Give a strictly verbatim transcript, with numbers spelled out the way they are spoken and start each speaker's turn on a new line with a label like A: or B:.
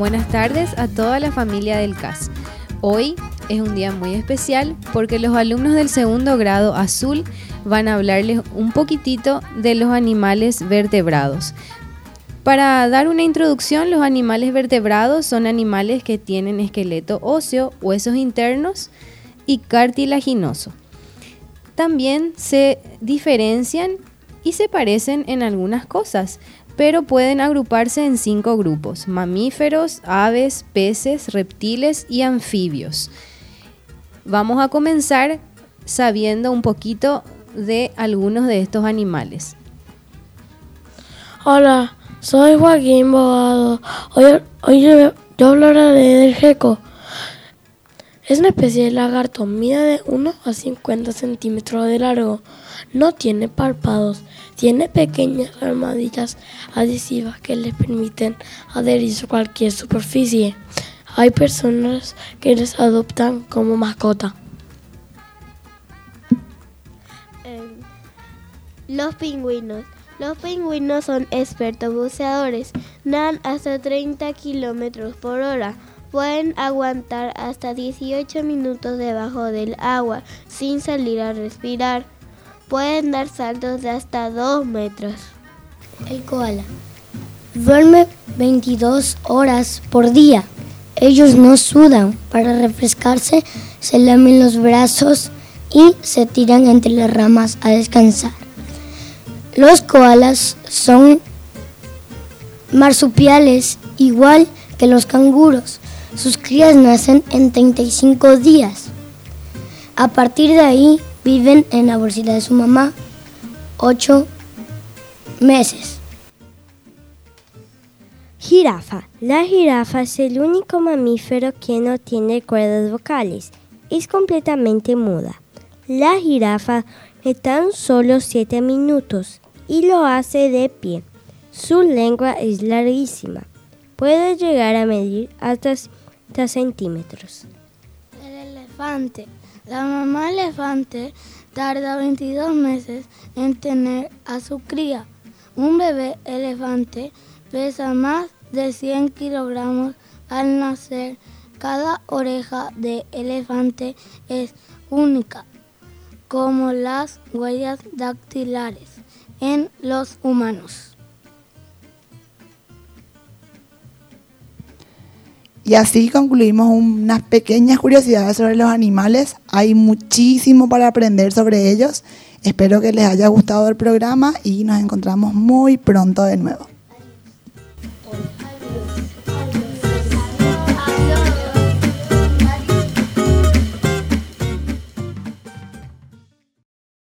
A: Buenas tardes a toda la familia del C A S. Hoy es un día muy especial porque los alumnos del segundo grado azul van a hablarles un poquitito de los animales vertebrados. Para dar una introducción, los animales vertebrados son animales que tienen esqueleto óseo, huesos internos y cartilaginoso. También se diferencian y se parecen en algunas cosas, pero pueden agruparse en cinco grupos: mamíferos, aves, peces, reptiles y anfibios. Vamos a comenzar sabiendo un poquito de algunos de estos animales.
B: Hola, soy Joaquín Bogado. Hoy, hoy yo, yo hablaré del gecko. Es una especie de lagarto, mide de uno a cincuenta centímetros de largo. No tiene párpados, tiene pequeñas armadillas adhesivas que les permiten adherirse a cualquier superficie. Hay personas que les adoptan como mascota.
C: Eh, los pingüinos. Los pingüinos son expertos buceadores. Nadan hasta treinta kilómetros por hora. Pueden aguantar hasta dieciocho minutos debajo del agua sin salir a respirar. Pueden dar saltos de hasta dos metros.
D: El koala duerme veintidós horas por día. Ellos no sudan. Para refrescarse, se lamen los brazos y se tiran entre las ramas a descansar. Los koalas son marsupiales igual que los canguros. Sus crías nacen en treinta y cinco días. A partir de ahí viven en la bolsita de su mamá ocho meses.
E: Jirafa. La jirafa es el único mamífero que no tiene cuerdas vocales. Es completamente muda. La jirafa de tan solo siete minutos y lo hace de pie. Su lengua es larguísima. Puede llegar a medir hasta centímetros.
F: El elefante. La mamá elefante tarda veintidós meses en tener a su cría. Un bebé elefante pesa más de cien kilogramos al nacer. Cada oreja de elefante es única, como las huellas dactilares en los humanos.
G: Y así concluimos unas pequeñas curiosidades sobre los animales. Hay muchísimo para aprender sobre ellos. Espero que les haya gustado el programa y nos encontramos muy pronto de nuevo.